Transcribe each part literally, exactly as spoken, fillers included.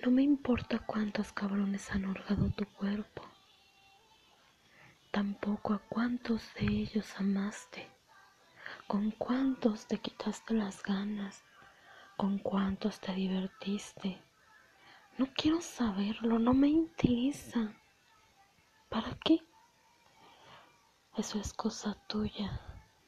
No me importa cuántos cabrones han hurgado tu cuerpo, tampoco a cuántos de ellos amaste, con cuántos te quitaste las ganas, con cuántos te divertiste. No quiero saberlo, no me interesa. ¿Para qué? Eso es cosa tuya.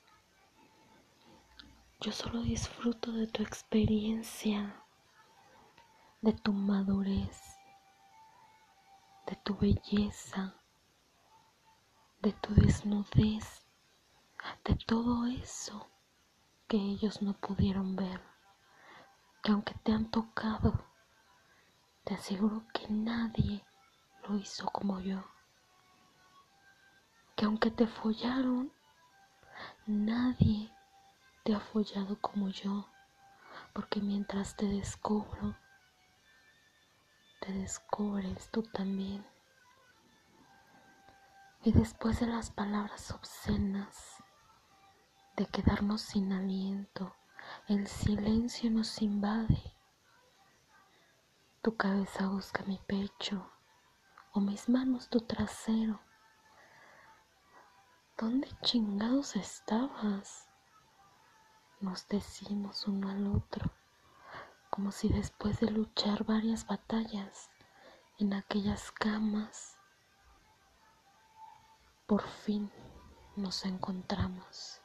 Yo solo disfruto de tu experiencia, de tu madurez, de tu belleza, de tu desnudez, de todo eso que ellos no pudieron ver, que aunque te han tocado, te aseguro que nadie lo hizo como yo, que aunque te follaron, nadie te ha follado como yo, porque mientras te descubro, te descubres tú también. Y después de las palabras obscenas, de quedarnos sin aliento, el silencio nos invade. Tu cabeza busca mi pecho o mis manos tu trasero. ¿Dónde chingados estabas? Nos decimos uno al otro, como si después de luchar varias batallas en aquellas camas, por fin nos encontramos.